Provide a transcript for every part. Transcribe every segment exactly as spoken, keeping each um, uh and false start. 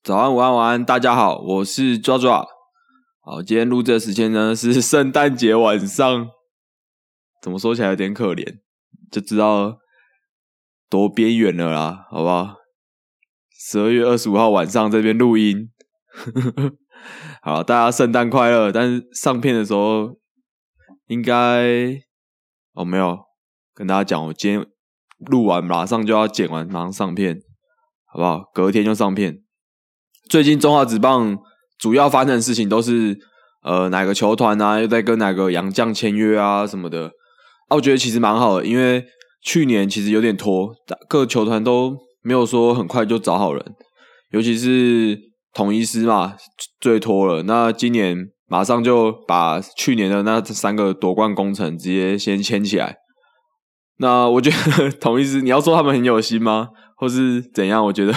早安午安晚安，大家好，我是抓抓。好，今天录这时间呢是圣诞节晚上，怎么说起来有点可怜，就知道多边缘了啦，好不好？十二月二十五号晚上这边录音，好，大家圣诞快乐。但是上片的时候应该哦没有跟大家讲，我今天录完马上就要剪完，马上上片，好不好？隔天就上片。最近中华职棒主要发生的事情都是呃哪个球团啊又在跟哪个洋将签约啊什么的啊，我觉得其实蛮好的，因为去年其实有点拖，各球团都没有说很快就找好人，尤其是统一狮嘛最拖了，那今年马上就把去年的那三个夺冠功臣直接先签起来。那我觉得统一狮你要说他们很有心吗或是怎样，我觉得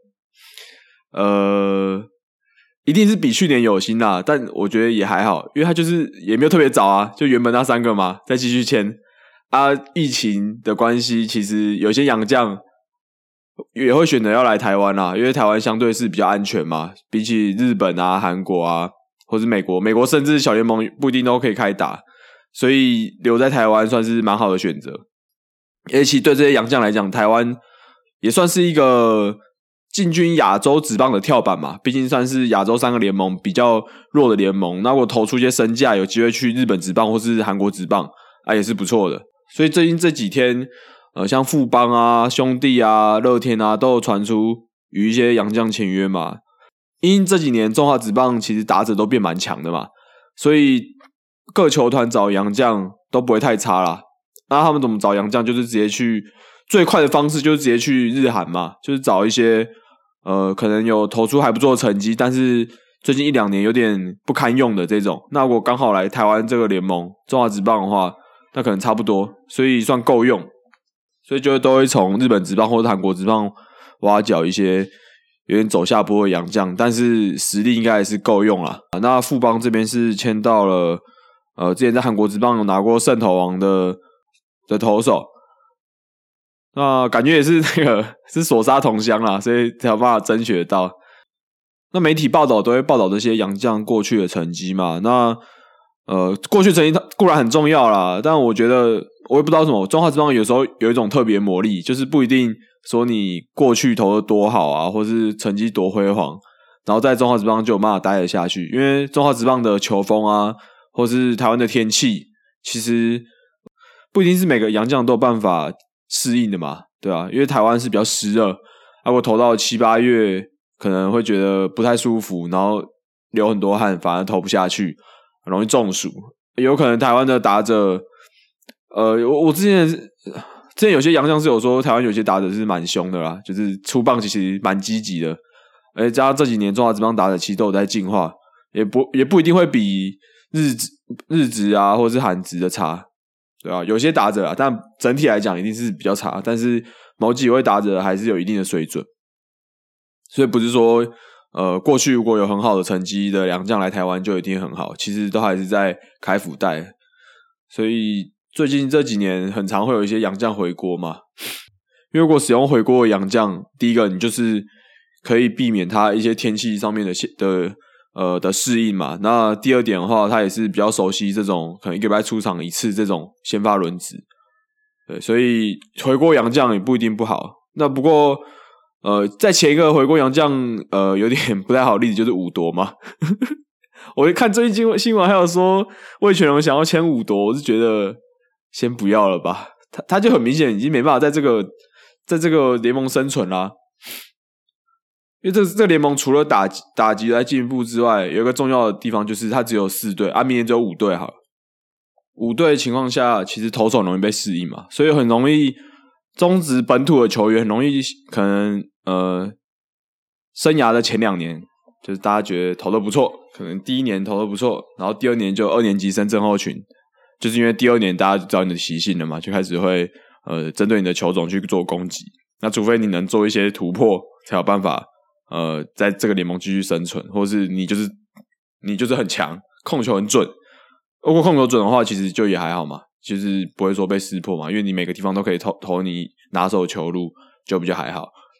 呃，一定是比去年有心啦，但我觉得也还好，因为他就是也没有特别早啊，就原本那三个嘛，再继续签啊。疫情的关系，其实有些洋将也会选择要来台湾啦，因为台湾相对是比较安全嘛，比起日本啊、韩国啊，或是美国，美国甚至小联盟不一定都可以开打，所以留在台湾算是蛮好的选择。而且对这些洋将来讲，台湾也算是一个进军亚洲职棒的跳板嘛，毕竟算是亚洲三个联盟比较弱的联盟，那我投出一些身价，有机会去日本职棒或是韩国职棒啊，也是不错的。所以最近这几天呃，像富邦啊、兄弟啊、乐天啊都有传出与一些洋将签约嘛，因这几年中华职棒其实打者都变蛮强的嘛，所以各球团找洋将都不会太差啦。那他们怎么找洋将，就是直接去最快的方式就是直接去日韩嘛，就是找一些呃可能有投出还不错的成绩，但是最近一两年有点不堪用的这种，那如果刚好来台湾这个联盟中华职棒的话，那可能差不多，所以算够用，所以就都会从日本职棒或者韩国职棒挖角一些有点走下坡的洋将，但是实力应该还是够用啦。那富邦这边是签到了呃之前在韩国职棒有拿过胜投王的的投手，那感觉也是那个是所杀同乡啦，所以才有办法争取得到。那媒体报道都会报道这些洋将过去的成绩嘛，那呃过去成绩固然很重要啦，但我觉得我也不知道什么，中华职棒有时候有一种特别魔力，就是不一定说你过去投的多好啊，或是成绩多辉煌，然后在中华职棒就有办法待得下去，因为中华职棒的球风啊，或是台湾的天气，其实不一定是每个洋将都有办法适应的嘛，对啊，因为台湾是比较湿热，如果投到七八月可能会觉得不太舒服，然后流很多汗，反而投不下去，很容易中暑。有可能台湾的打者呃我我之前之前有些洋将是有说台湾有些打者是蛮凶的啦，就是出棒其实蛮积极的，而且加上这几年中华职棒打者其实都有在进化，也不也不一定会比日职日职啊或者是韩职的差，对啊，有些打者啊，但整体来讲一定是比较差，但是某几位打者还是有一定的水准，所以不是说呃过去如果有很好的成绩的洋将来台湾就一定很好，其实都还是在开福袋，所以最近这几年很常会有一些洋将回国嘛，因为如果使用回国的洋将，第一个你就是可以避免他一些天气上面的的呃的适应嘛，那第二点的话，他也是比较熟悉这种可能一个礼拜出场一次这种先发轮值，对，所以回国洋将也不一定不好。那不过呃，在前一个回国洋将呃有点不太好的例子就是武夺嘛，我看最近新闻还有说味全龙想要签武夺，我是觉得先不要了吧，他他就很明显已经没办法在这个在这个联盟生存啦。因为这这个联盟除了打打击来进步之外，有一个重要的地方就是它只有四队啊，明年只有五队好了。五队的情况下，其实投手很容易被适应嘛，所以很容易中职本土的球员很容易可能呃生涯的前两年就是大家觉得投得不错，可能第一年投得不错，然后第二年就二年级升症候群，就是因为第二年大家就知道你的习性了嘛，就开始会呃针对你的球种去做攻击，那除非你能做一些突破，才有办法呃，在这个联盟继续生存，或是你就是你就是很强，控球很准。如果控球准的话，其实就也还好嘛，就是不会说被识破嘛，因为你每个地方都可以投投你拿手球路，就比较还好。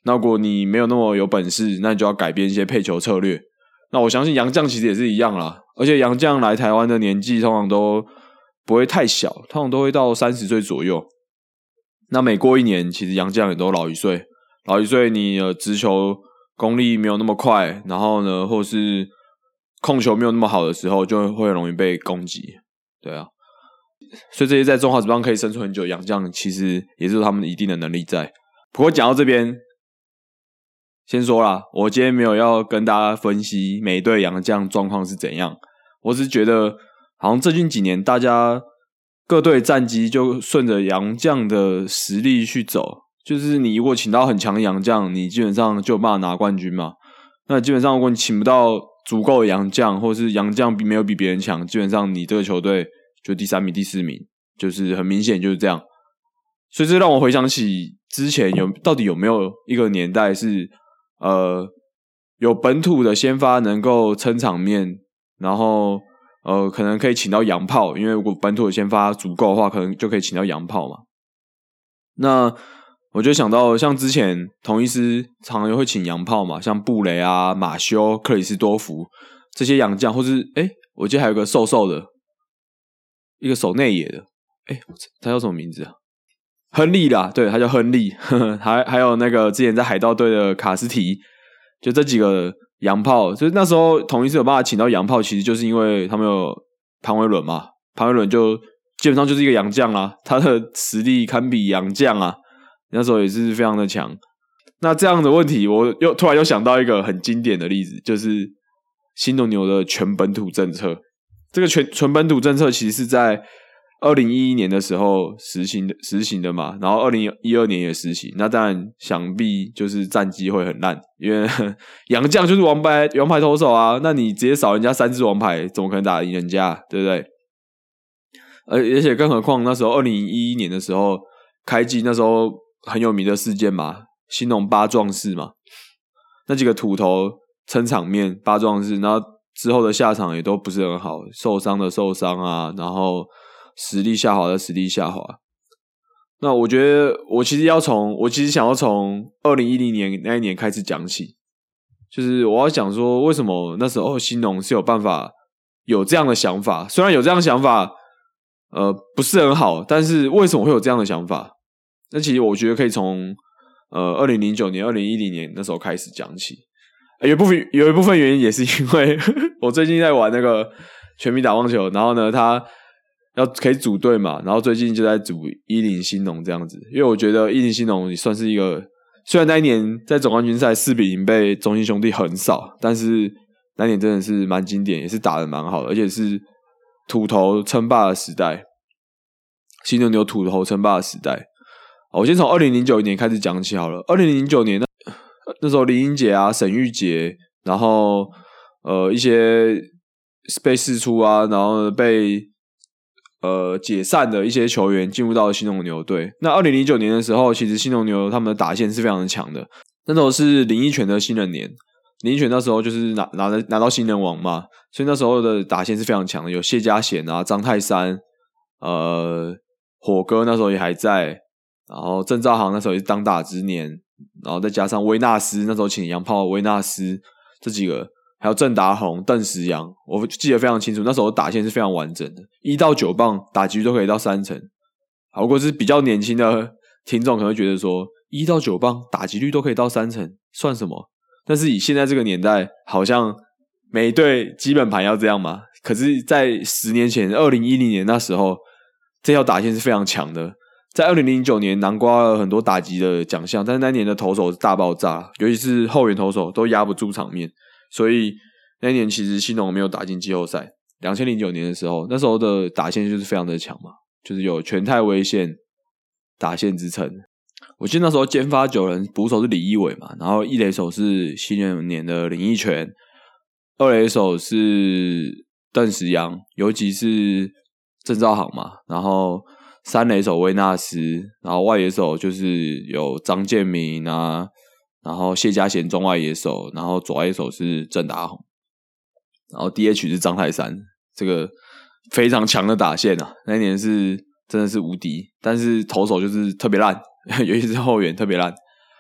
那如果你没有那么有本事，那你就要改变一些配球策略。那我相信洋将其实也是一样啦，而且洋将来台湾的年纪通常都不会太小，通常都会到三十岁左右。那每过一年，其实洋将也都老一岁，老一岁你的直球功力没有那么快，然后呢，或是控球没有那么好的时候，就会很容易被攻击。对啊，所以这些在中华职棒可以生存很久的洋将，其实也是有他们一定的能力在。不过讲到这边，先说啦，我今天没有要跟大家分析每一队洋将状况是怎样，我只是觉得好像最近几年大家各队战绩就顺着洋将的实力去走，就是你如果请到很强的洋将，你基本上就有办法拿冠军嘛。那基本上如果你请不到足够的洋将，或是洋将没有比别人强，基本上你这个球队就第三名第四名，就是很明显就是这样。所以这让我回想起之前有到底有没有一个年代是呃有本土的先发能够撑场面，然后呃可能可以请到洋炮，因为如果本土的先发足够的话，可能就可以请到洋炮嘛。那我就想到像之前同一师常常会请洋炮嘛，像布雷啊、马修、克里斯多福这些洋将，或是诶我记得还有个瘦瘦的一个守内野的，诶他叫什么名字啊？亨利啦，对，他叫亨利，呵呵还还有那个之前在海盗队的卡斯提，就这几个洋炮，就是那时候同一师有办法请到洋炮，其实就是因为他们有潘威伦嘛，潘威伦就基本上就是一个洋将啦，他的实力堪比洋将啊，那时候也是非常的强。那这样的问题，我又突然又想到一个很经典的例子，就是新农牛的全本土政策。这个全全本土政策其实是在二零一一年的时候实行的实行的嘛，然后二零一二年也实行。那当然想必就是战绩会很烂，因为洋将就是王牌王牌投手啊，那你直接少人家三支王牌，怎么可能打赢人家，对不对？而且更何况那时候二零一一年的时候开季，那时候很有名的事件嘛，兴农八壮士嘛，那几个土头撑场面八壮士，然后之后的下场也都不是很好，受伤的受伤啊，然后实力下滑的实力下滑。那我觉得我其实要从我其实想要从二零一零年那一年开始讲起，就是我要讲说为什么那时候兴农是有办法有这样的想法，虽然有这样的想法呃不是很好，但是为什么会有这样的想法？那其实我觉得可以从呃二零零九年二零一零年那时候开始讲起。有一部分有一部分原因也是因为我最近在玩那个全民打棒球，然后呢他要可以组队嘛，然后最近就在组一零兴农这样子，因为我觉得一零兴农也算是一个，虽然那一年在总冠军赛四比零被中信兄弟横扫，但是那一年真的是蛮经典，也是打得蛮好的，而且是土头称霸的时代，兴农有土头称霸的时代。我先从二零零九年开始讲起好了。二零零九年那那时候林英杰啊、沈玉杰，然后呃一些被释出啊，然后被呃解散的一些球员进入到兴农牛队。那二零零九年的时候，其实兴农牛他们的打线是非常的强的。那时候是林益全的新人年，林益全那时候就是拿拿拿到新人王嘛，所以那时候的打线是非常强的，有谢家贤啊、张泰山，呃火哥那时候也还在，然后郑兆航那时候也是当打之年，然后再加上威纳斯，那时候请洋炮威纳斯这几个，还有郑达宏、邓时阳，我记得非常清楚，那时候打线是非常完整的，一到九棒打击都可以到三成。好，如果是比较年轻的听众可能会觉得说，一到九棒打击率都可以到三成，算什么？但是以现在这个年代，好像每一队基本盘要这样嘛。可是在十年前二零一零年那时候，这条打线是非常强的。在二零零九年囊括了很多打击的奖项，但是那年的投手是大爆炸，尤其是后援投手都压不住场面，所以那年其实兴农没有打进季后赛。二零零九年的时候，那时候的打线就是非常的强嘛，就是有全泰威线打线之称。我记得那时候先发九人，捕手是李一伟嘛，然后一垒手是新人年的林益全，二垒手是邓时阳，尤其是郑兆航嘛，然后三垒手威纳斯，然后外野手就是有张建民啊，然后谢家贤中外野手，然后左外野手是郑达宏，然后 D H 是张泰山，这个非常强的打线啊，那一年是真的是无敌，但是投手就是特别烂，尤其是后援特别烂。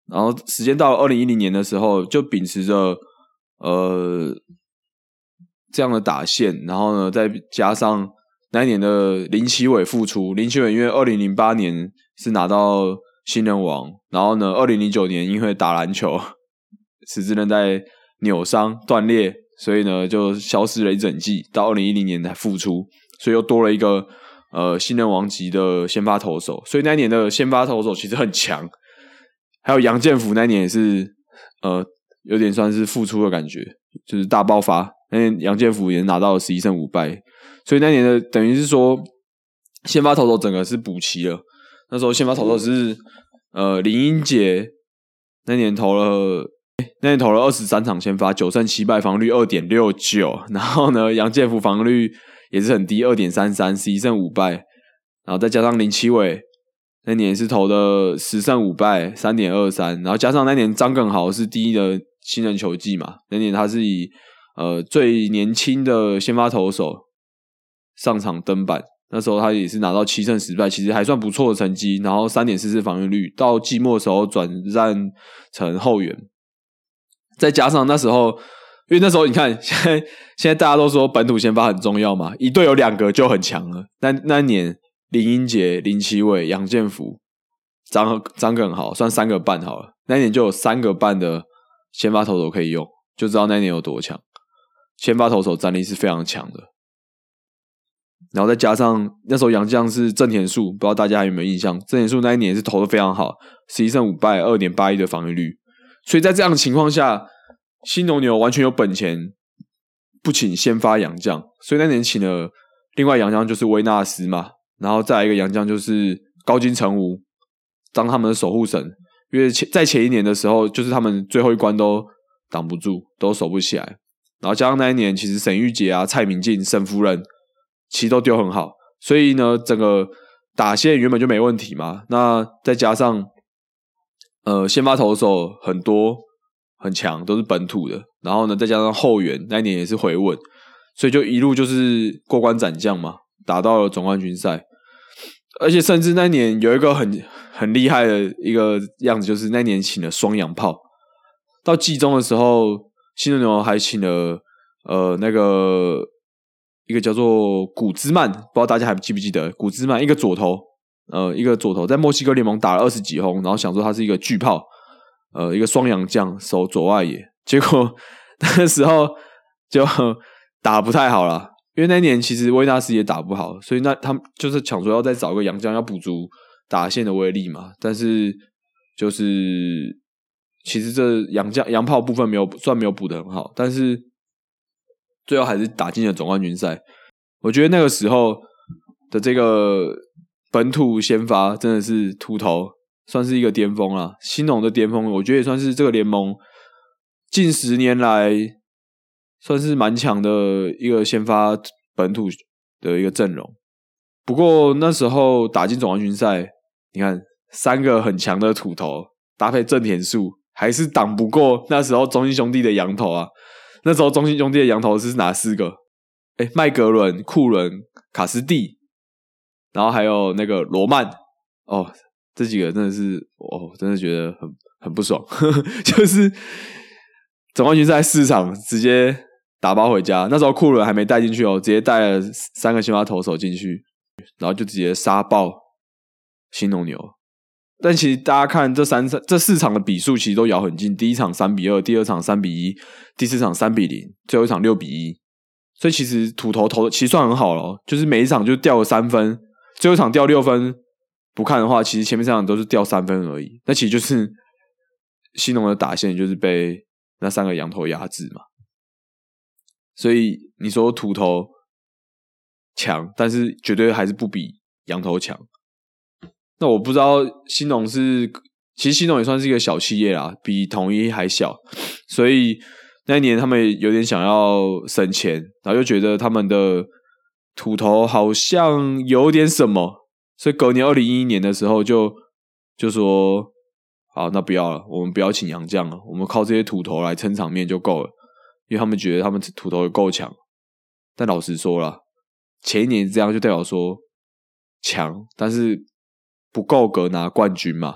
然后时间到了二零一零年的时候，就秉持着呃这样的打线，然后呢再加上那一年的林奇伟复出，林奇伟因为二零零八年是拿到新人王，然后呢二零零九年因为打篮球十字韧带扭伤断裂，所以呢就消失了一整季，到二零一零年才复出，所以又多了一个呃新人王级的先发投手，所以那一年的先发投手其实很强。还有杨建福那一年也是呃有点算是复出的感觉，就是大爆发，那年杨建福也拿到了十一胜五败，所以那年的等于是说先发投手整个是补齐了。那时候先发投手是呃林英杰，那年投了那年投了二十三场先发，九胜七败，防御率 二点六九， 然后呢杨建福防御率也是很低 二点三三， 十一胜五败，然后再加上林奇伟那年是投的十胜五败 三点二三， 然后加上那年张耿豪是第一的新人球季嘛，那年他是以呃最年轻的先发投手上场登板，那时候他也是拿到七胜十败，其实还算不错的成绩，然后 三点四四 防御率，到季末的时候转战成后援，再加上那时候因为那时候你看现在现在大家都说本土先发很重要嘛，一队有两个就很强了，但那年林英杰、林奇伟、杨建福、张张耿豪算三个半好了，那一年就有三个半的先发投手可以用，就知道那一年有多强。先发投手战力是非常强的，然后再加上那时候洋将是郑田树，不知道大家还有没有印象？郑田树那一年也是投得非常好，十一胜五败 二点八一 的防御率，所以在这样的情况下，新农牛完全有本钱不请先发洋将，所以那年请了另外洋将就是威纳斯嘛。然后再来一个洋将就是高津成吾当他们的守护神，因为在前一年的时候就是他们最后一关都挡不住，都守不起来，然后加上那一年其实沈玉杰啊、蔡明进、沈福仁其实都丢很好，所以呢整个打线原本就没问题嘛，那再加上呃先发投手很多很强，都是本土的，然后呢再加上后援那一年也是回稳，所以就一路就是过关斩将嘛，打到了总冠军赛。而且甚至那年有一个很很厉害的一个样子，就是那年请了双洋炮，到季中的时候新农牛还请了呃那个一个叫做古兹曼，不知道大家还记不记得古兹曼，一个左投呃一个左投在墨西哥联盟打了二十几轰，然后想说他是一个巨炮，呃一个双洋将守左外野，结果那时候就打不太好啦，因为那年其实威纳斯也打不好，所以那他们就是想说要再找一个洋将要补足打线的威力嘛，但是就是其实这洋将洋炮部分没有算没有补得很好，但是最后还是打进了总冠军赛。我觉得那个时候的这个本土先发真的是秃头，算是一个巅峰啦，新农的巅峰，我觉得也算是这个联盟近十年来算是蛮强的一个先发本土的一个阵容。不过那时候打进总冠军赛，你看三个很强的土头搭配郑田树，还是挡不过那时候中信兄弟的洋头啊。那时候中信兄弟的洋头是哪四个？诶麦格伦、库伦、卡斯蒂，然后还有那个罗曼。哦，这几个真的是哦，真的觉得很很不爽，就是总冠军赛四场直接打包回家。那时候库伦还没带进去哦，直接带了三个先发投手进去，然后就直接杀爆新农牛。但其实大家看这三这四场的比数其实都咬很近，第一场三比二，第二场三比一，第四场三比零，最后一场六比一。所以其实土头投的其实算很好了哦，就是每一场就掉了三分，最后一场掉六分，不看的话其实前面三场都是掉三分而已。那其实就是新农的打线就是被那三个洋头压制嘛。所以你说土头强，但是绝对还是不比洋头强。那我不知道新农是，其实新农也算是一个小企业啦，比统一还小，所以那一年他们有点想要省钱，然后又觉得他们的土头好像有点什么，所以隔年二零一一年的时候就就说好，那不要了，我们不要请洋将了，我们靠这些土头来撑场面就够了，因为他们觉得他们土头够强。但老实说啦，前一年这样就代表说强，但是不够格拿冠军嘛。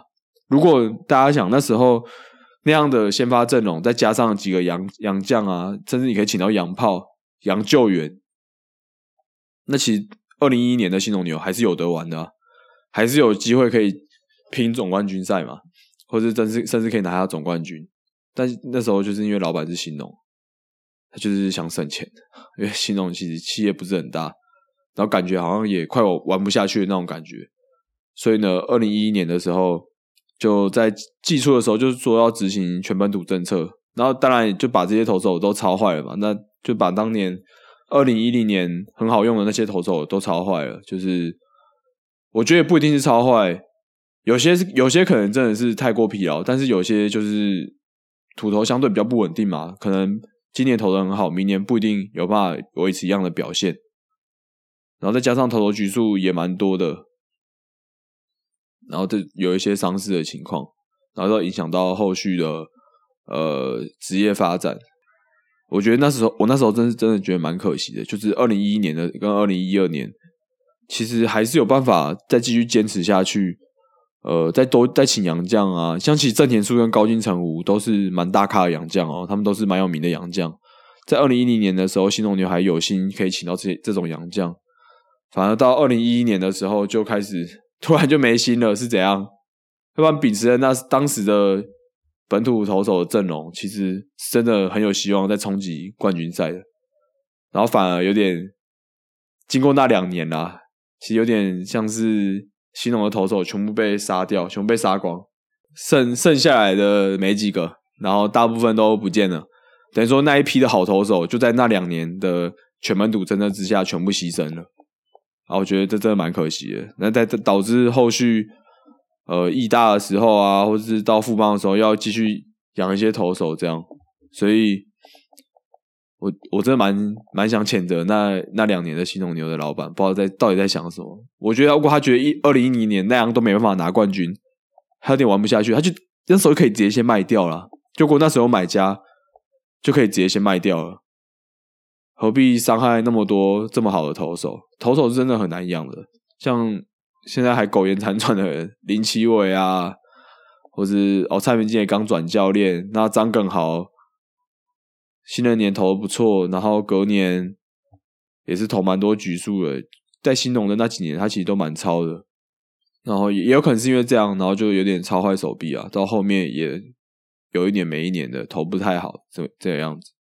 如果大家想那时候那样的先发阵容，再加上几个洋洋将啊，甚至你可以请到洋炮、洋救援，那其实二零一一年的新农牛还是有得玩的啊，还是有机会可以拼总冠军赛嘛，或者甚至甚至可以拿下总冠军。但那时候就是因为老板是新农，他就是想省钱，因为新农其实企业不是很大，然后感觉好像也快玩不下去的那种感觉，所以呢二零一一年的时候就在季初的时候就是说要执行全本土政策，然后当然就把这些投手都操坏了嘛，那就把当年二零一零年很好用的那些投手都操坏了，就是我觉得不一定是操坏，有些有些可能真的是太过疲劳，但是有些就是土投相对比较不稳定嘛，可能今年投得很好，明年不一定有办法维持一样的表现，然后再加上投投局数也蛮多的，然后这有一些伤势的情况，然后都影响到后续的呃职业发展。我觉得那时候我那时候真是真的觉得蛮可惜的，就是二零一一年的跟二零一二年其实还是有办法再继续坚持下去，呃再多再请洋将啊，像其实郑田树跟高津成武都是蛮大咖的洋将哦，他们都是蛮有名的洋将。在二零一零年的时候新农牛还有心可以请到这这种洋将，反而到二零一一年的时候就开始突然就没心了，是怎样？要不然秉持着那当时的本土投手的阵容，其实真的很有希望再冲击冠军赛的，然后反而有点经过那两年啦，其实有点像是新农的投手全部被杀掉，全部被杀光，剩剩下来的没几个，然后大部分都不见了，等于说那一批的好投手就在那两年的全本土政策之下全部牺牲了。啊，我觉得这真的蛮可惜的。那在导致后续呃义大的时候啊，或者是到富邦的时候，要继续养一些投手这样，所以我我真的蛮蛮想谴责那那两年的新农牛的老板，不知道在到底在想什么。我觉得如果他觉得一二零一零年那样都没办法拿冠军，他有点玩不下去，他就那时候可以直接先卖掉了。结果那时候买家就可以直接先卖掉了。何必伤害那么多这么好的投手？投手是真的很难养的，像现在还苟延残喘的人，林奇伟啊，或是哦蔡明金也刚转教练，那张耿豪新人年投得不错，然后隔年也是投蛮多局数的，在新农的那几年他其实都蛮超的，然后也有可能是因为这样，然后就有点超坏手臂啊，到后面也有一年没一年的投不太好，这这个样子。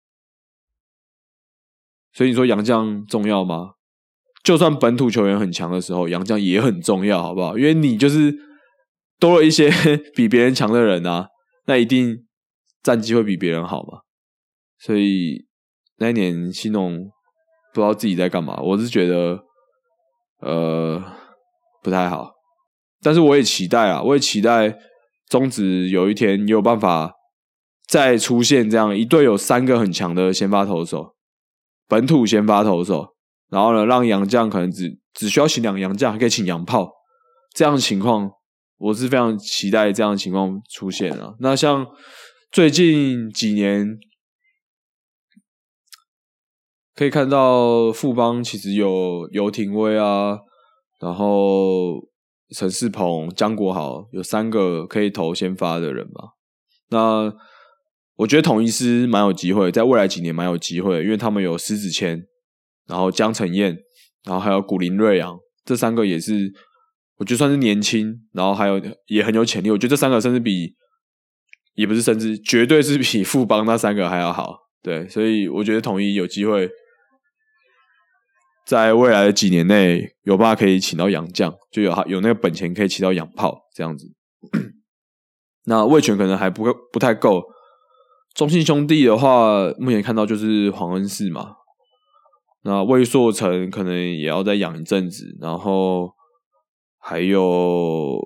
所以你说洋将重要吗？就算本土球员很强的时候，洋将也很重要，好不好？因为你就是多了一些比别人强的人啊，那一定战绩会比别人好嘛。所以那一年新农不知道自己在干嘛，我是觉得呃不太好。但是我也期待啊，我也期待中职有一天有办法再出现这样一队有三个很强的先发投手。本土先发投手，然后呢，让洋将可能只只需要请两洋将，还可以请洋炮，这样的情况，我是非常期待这样的情况出现啊。那像最近几年，可以看到富邦其实有游廷威啊，然后陈世鹏、江国豪，有三个可以投先发的人嘛。那我觉得统一狮蛮有机会，在未来几年蛮有机会，因为他们有施子谦，然后江承彦，然后还有古林睿煬，这三个也是我觉得算是年轻，然后还有也很有潜力。我觉得这三个甚至比，也不是甚至绝对是比富邦那三个还要好。对，所以我觉得统一有机会在未来的几年内有办法可以请到洋将，就有有那个本钱可以请到洋炮这样子。那味全可能还不不太够。中信兄弟的话，目前看到就是黄恩赐嘛，那魏硕成可能也要再养一阵子，然后还有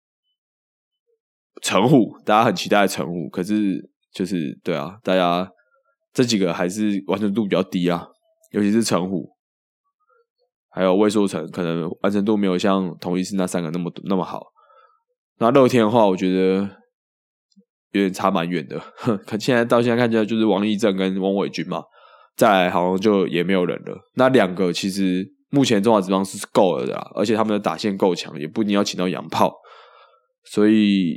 陈虎，大家很期待陈虎，可是就是对啊，大家这几个还是完成度比较低啊，尤其是陈虎，还有魏硕成，可能完成度没有像同一师那三个那么那么好。那乐天的话，我觉得有点差蛮远的，可现在到现在看起来就是王立正跟翁伟君嘛，再来好像就也没有人了。那两个其实目前中华职棒是够了的啦，而且他们的打线够强，也不一定要请到洋炮，所以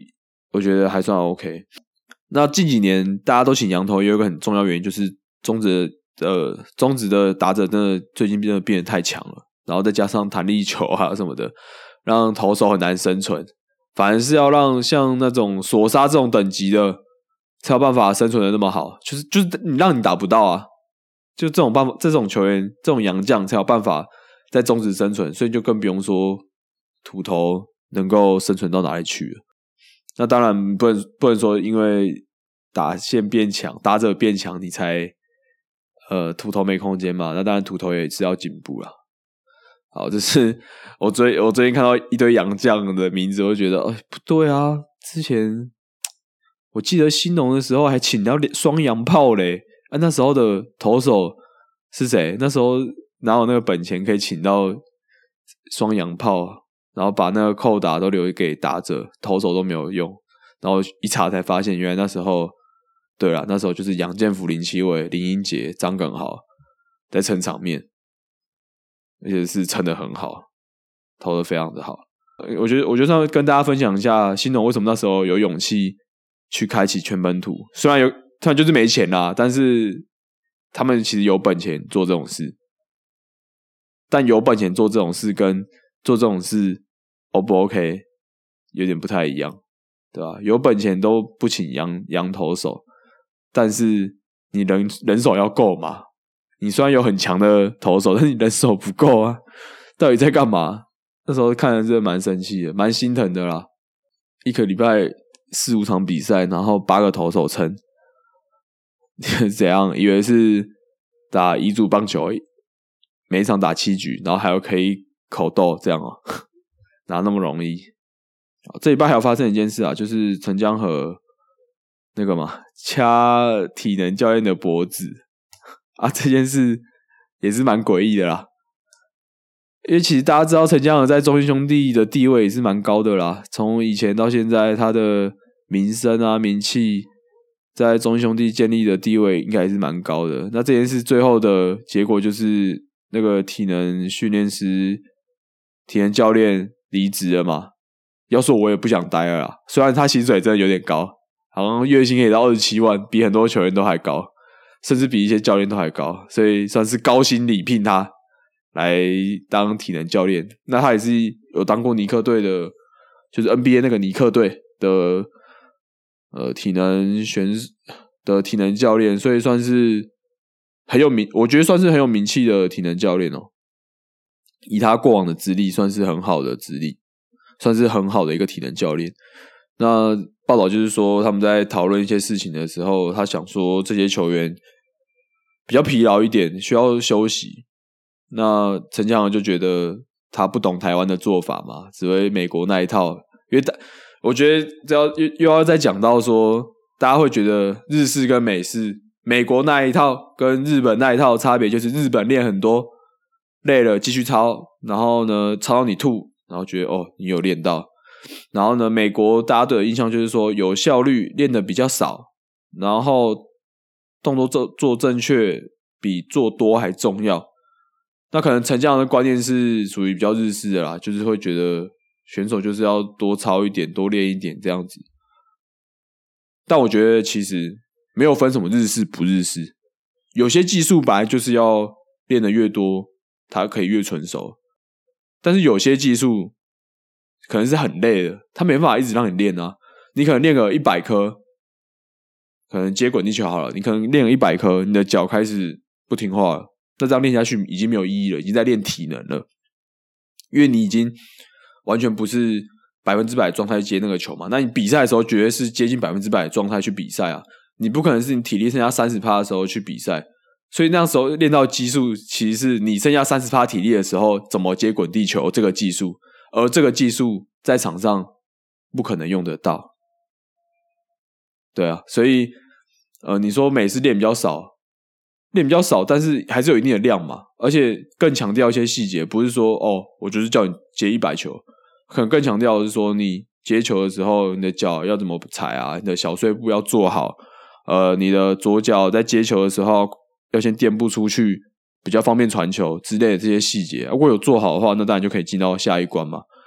我觉得还算 OK。那近几年大家都请洋投，也有一个很重要原因，就是中职的呃中职的打者真的最近真的变得太强了，然后再加上弹力球啊什么的，让投手很难生存。反而是要让像那种索沙这种等级的才有办法生存的那么好，就是就是你让你打不到啊，就这种办法，这种球员这种洋将才有办法在中职生存，所以就更不用说土投能够生存到哪里去了。那当然不能不能说因为打线变强，打者变强，你才呃土投没空间嘛。那当然土投也是要进步啦。好，这是我最我最近看到一堆洋将的名字，我就觉得，哎，不对啊！之前我记得兴农的时候还请到双洋炮嘞，啊，那时候的投手是谁？那时候哪有那个本钱可以请到双洋炮？然后把那个扣打都留给打者，投手都没有用。然后一查才发现，原来那时候，对啦，那时候就是杨建福、林奇伟、林英杰、张耿豪在撑场面，而且是撑得很好，投得非常的好。我觉得，我觉得上跟大家分享一下，兴农为什么那时候有勇气去开启全本土。虽然有，他们就是没钱啦，但是他们其实有本钱做这种事。但有本钱做这种事跟做这种事 O 不 OK 有点不太一样，对吧？有本钱都不请洋洋投手，但是你人人手要够嘛。你虽然有很强的投手，但是你人手不够啊，到底在干嘛？那时候看了真的蛮生气的，蛮心疼的啦。一个礼拜四五场比赛，然后八个投手撑，怎样？以为是打乙组棒球，每一场打七局，然后还有可以口斗这样哦，哪那么容易？这礼拜还有发生一件事啊，就是陈江河那个嘛，掐体能教练的脖子啊，这件事也是蛮诡异的啦。因为其实大家知道陈江河在中信兄弟的地位也是蛮高的啦，从以前到现在，他的名声啊、名气，在中信兄弟建立的地位应该也是蛮高的。那这件事最后的结果就是那个体能训练师、体能教练离职了嘛。要说我也不想待了啦，虽然他薪水真的有点高，好像月薪可以到二十七万，比很多球员都还高，甚至比一些教练都还高，所以算是高薪礼聘他来当体能教练。那他也是有当过尼克队的，就是 N B A 那个尼克队的呃体能选的体能教练，所以算是很有名，我觉得算是很有名气的体能教练哦。以他过往的资历，算是很好的资历，算是很好的一个体能教练。那报道就是说，他们在讨论一些事情的时候，他想说这些球员比较疲劳一点，需要休息。那陈江河就觉得他不懂台湾的做法嘛，只会美国那一套。因为我觉得只要又又要再讲到说，大家会觉得日式跟美式，美国那一套跟日本那一套差别就是日本练很多，累了继续操，然后呢操到你吐，然后觉得哦你有练到。然后呢美国大家对的印象就是说有效率，练的比较少，然后动作做做正确比做多还重要。那可能陈江河的观念是属于比较日式的啦，就是会觉得选手就是要多操一点，多练一点这样子。但我觉得其实没有分什么日式不日式，有些技术本来就是要练得越多，它可以越纯熟。但是有些技术可能是很累的，它没办法一直让你练啊。你可能练个一百颗，可能接滚地球好了，你可能练了一百颗，你的脚开始不听话了，那这样练下去已经没有意义了，已经在练体能了。因为你已经完全不是百分之百状态接那个球嘛，那你比赛的时候绝对是接近百分之百的状态去比赛啊，你不可能是你体力剩下 百分之三十 的时候去比赛，所以那时候练到技术其实是你剩下 百分之三十 体力的时候怎么接滚地球这个技术，而这个技术在场上不可能用得到。对啊，所以呃，你说美式练比较少，练比较少，但是还是有一定的量嘛，而且更强调一些细节，不是说哦，我就是叫你接一百球，可能更强调的是说你接球的时候，你的脚要怎么踩啊，你的小碎步要做好，呃，你的左脚在接球的时候要先垫步出去，比较方便传球之类的这些细节，如果有做好的话，那当然就可以进到下一关嘛。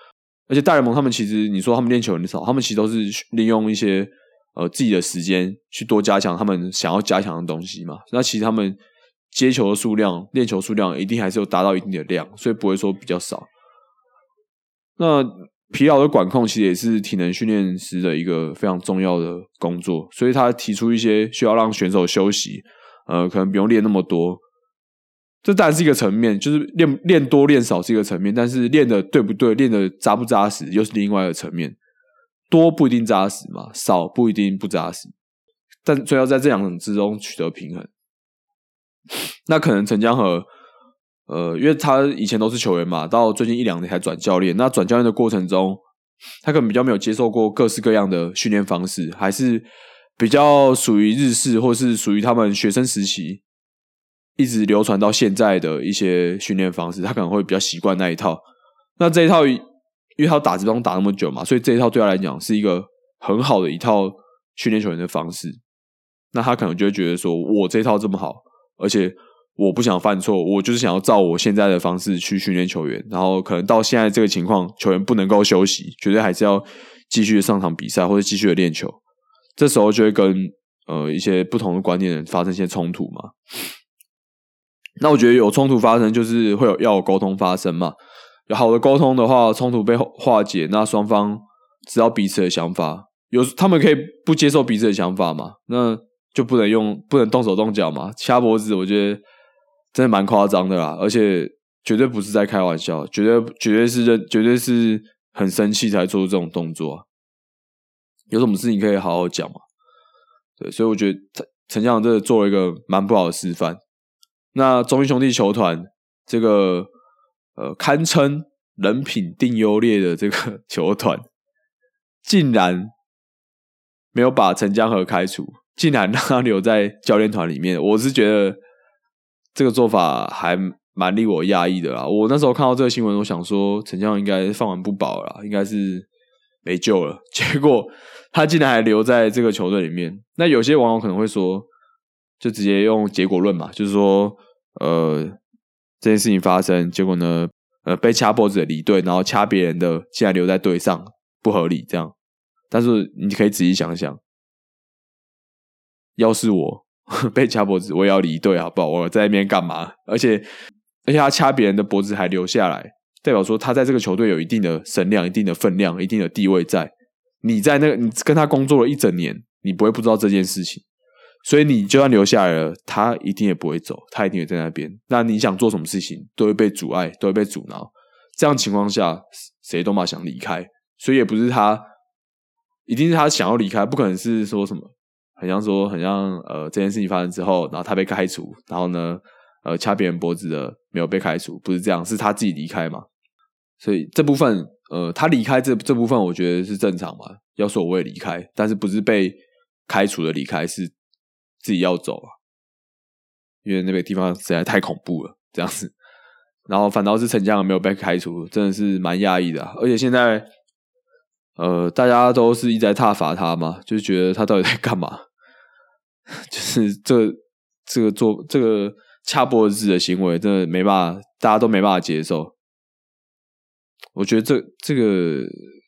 而且大联盟他们其实你说他们练球很少，他们其实都是利用一些呃自己的时间去多加强他们想要加强的东西嘛。那其实他们接球的数量、练球数量一定还是有达到一定的量，所以不会说比较少。那疲劳的管控其实也是体能训练师的一个非常重要的工作，所以他提出一些需要让选手休息，呃，可能不用练那么多。这当然是一个层面，就是练练多练少是一个层面，但是练的对不对，练的扎不扎实又是另外一个层面。多不一定扎实嘛，少不一定不扎实，但所以要在这两种之中取得平衡。那可能陈江河呃，因为他以前都是球员嘛，到最近一两年才转教练，那转教练的过程中他可能比较没有接受过各式各样的训练方式，还是比较属于日式或是属于他们学生时期一直流传到现在的一些训练方式，他可能会比较习惯那一套。那这一套因为他打职棒打那么久嘛，所以这一套对他来讲是一个很好的一套训练球员的方式。那他可能就会觉得说，我这一套这么好，而且我不想犯错，我就是想要照我现在的方式去训练球员，然后可能到现在这个情况，球员不能够休息，绝对还是要继续的上场比赛或者继续的练球。这时候就会跟呃一些不同的观念的人发生一些冲突嘛。那我觉得有冲突发生，就是会有要有沟通发生嘛。有好的沟通的话，冲突被化解，那双方知道彼此的想法，有他们可以不接受彼此的想法嘛，那就不能用不能动手动脚嘛，掐脖子，我觉得真的蛮夸张的啦，而且绝对不是在开玩笑，绝对绝对是认绝对是很生气才做出这种动作啊。有什么事情可以好好讲嘛？对，所以我觉得陈江真的做了一个蛮不好的示范。那中信兄弟球团这个呃堪称人品定优劣的这个球团，竟然没有把陈江河开除，竟然让他留在教练团里面，我是觉得这个做法还蛮令我讶异的啦。我那时候看到这个新闻，我想说陈江河应该饭碗不保了啦，应该是没救了。结果他竟然还留在这个球队里面。那有些网友可能会说，就直接用结果论嘛，就是说呃这件事情发生，结果呢呃被掐脖子的离队，然后掐别人的现在留在队上，不合理这样。但是你可以仔细想想，要是我被掐脖子，我也要离队好不好？我在那边干嘛？而且而且他掐别人的脖子还留下来，代表说他在这个球队有一定的声量、一定的分量、一定的地位在。你在那个你跟他工作了一整年，你不会不知道这件事情，所以你就算留下来了，他一定也不会走，他一定也在那边。那你想做什么事情都会被阻碍，都会被阻挠。这样情况下，谁都嘛想离开，所以也不是他，一定是他想要离开，不可能是说什么，很像说很像呃这件事情发生之后，然后他被开除，然后呢呃掐别人脖子的没有被开除，不是这样，是他自己离开嘛。所以这部分呃他离开这这部分我觉得是正常嘛，要说我也离开，但是不是被开除的离开，是自己要走啊，因为那个地方实在太恐怖了这样子。然后反倒是陈江河没有被开除，真的是蛮讶异的啊。而且现在呃大家都是一直在挞伐他嘛，就是觉得他到底在干嘛，就是这这个做这个掐脖子的行为真的没办法，大家都没办法接受。我觉得这这个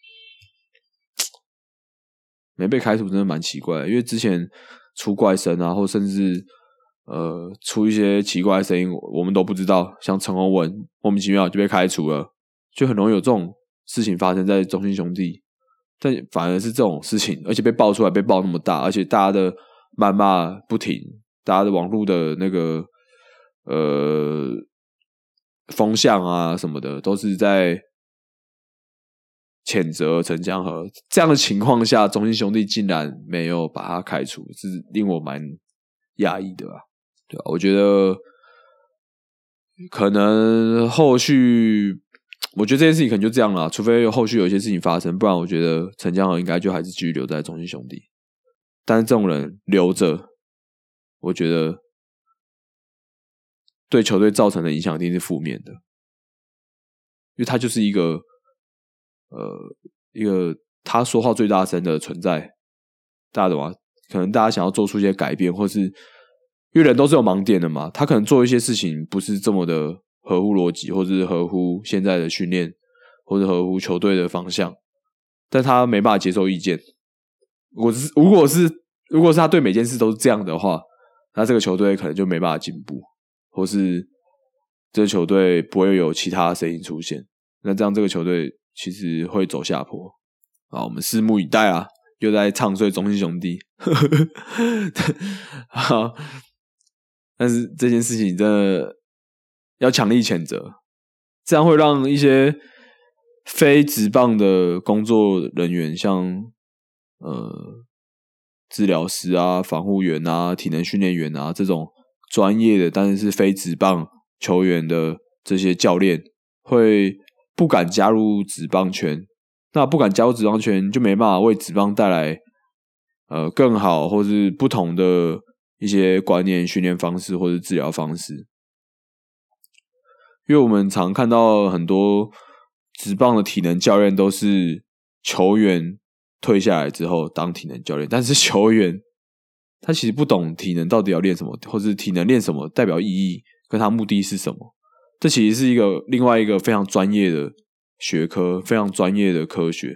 没被开除真的蛮奇怪的，因为之前出怪声啊，或甚至呃出一些奇怪的声音，我们都不知道，像陈宏文莫名其妙就被开除了，就很容易有这种事情发生在中信兄弟。但反而是这种事情，而且被爆出来，被爆那么大，而且大家的谩骂不停，大家的网络的那个呃风向啊什么的，都是在谴责陈江河。这样的情况下，中信兄弟竟然没有把他开除，是令我蛮讶异的吧？对啊，我觉得可能后续，我觉得这件事情可能就这样啦，除非后续有一些事情发生，不然我觉得陈江河应该就还是继续留在中信兄弟。但是这种人留着，我觉得对球队造成的影响一定是负面的，因为他就是一个呃一个他说话最大声的存在，大家懂吗？可能大家想要做出一些改变，或是因为人都是有盲点的嘛，他可能做一些事情不是这么的合乎逻辑，或是合乎现在的训练， 或者合乎球队的方向，但他没办法接受意见。如果是如果是如果是他对每件事都是这样的话，那这个球队可能就没办法进步，或是这个球队不会有其他声音出现。那这样这个球队其实会走下坡。好，我们拭目以待啊！又在唱衰中信兄弟。好，但是这件事情真的要强力谴责，这样会让一些非职棒的工作人员，像呃治疗师啊、防护员啊、体能训练员啊这种专业的但是是非职棒球员的这些教练，会不敢加入职棒圈。那不敢加入职棒圈，就没办法为职棒带来呃更好或是不同的一些观念、训练方式或是治疗方式。因为我们常看到很多职棒的体能教练都是球员退下来之后当体能教练，但是球员他其实不懂体能到底要练什么，或是体能练什么代表意义跟他目的是什么。这其实是一个另外一个非常专业的学科，非常专业的科学，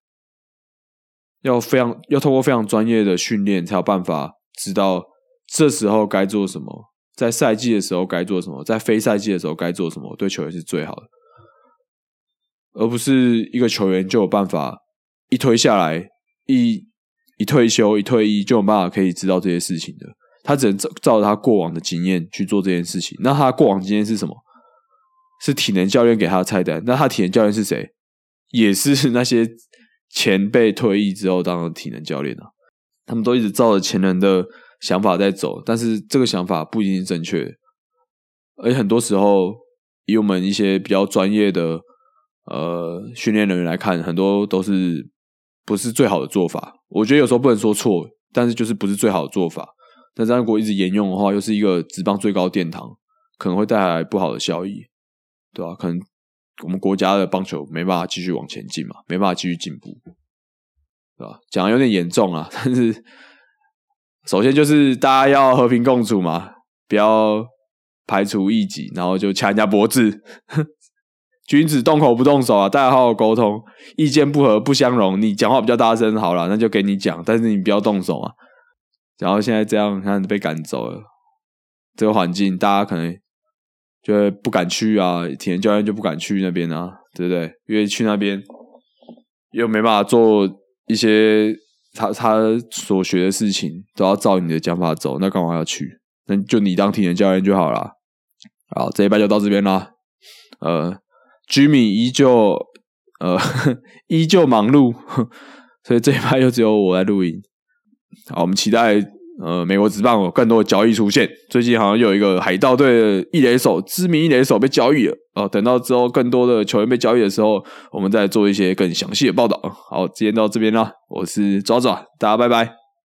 要非常要透过非常专业的训练才有办法知道这时候该做什么，在赛季的时候该做什么，在非赛季的时候该做什么，对球员是最好的，而不是一个球员就有办法一推下来，一一退休一退役就有办法可以知道这些事情的。他只能照着他过往的经验去做这件事情。那他的过往经验是什么？是体能教练给他的菜单。那他体能教练是谁？也是那些前辈退役之后当的体能教练啊。他们都一直照着前人的想法在走，但是这个想法不一定是正确的。而且很多时候以我们一些比较专业的呃训练人员来看，很多都是不是最好的做法。我觉得有时候不能说错，但是就是不是最好的做法。但这样如果一直沿用的话，又是一个职棒最高殿堂，可能会带来不好的效益，对吧、啊？可能我们国家的棒球没办法继续往前进嘛，没办法继续进步，对吧？讲得有点严重啊，但是首先就是大家要和平共处嘛，不要排除异己，然后就掐人家脖子。君子动口不动手啊，大家好好沟通，意见不合不相容，你讲话比较大声好啦，那就给你讲，但是你不要动手啊。然后现在这样看被赶走了，这个环境大家可能就会不敢去啊，体能教练就不敢去那边啊，对不对？因为去那边又没办法做一些他他所学的事情，都要照你的讲法走，那干嘛要去？那就你当体能教练就好啦。好，这一拜就到这边啦。呃 Jimmy 依旧呃依旧忙碌，所以这一拜又只有我来录音。好，我们期待呃美国职棒有更多的交易出现。最近好像又有一个海盗队的一垒手，知名一垒手被交易了哦。等到之后更多的球员被交易的时候，我们再做一些更详细的报道。好，今天到这边啦，我是爪爪，大家拜拜。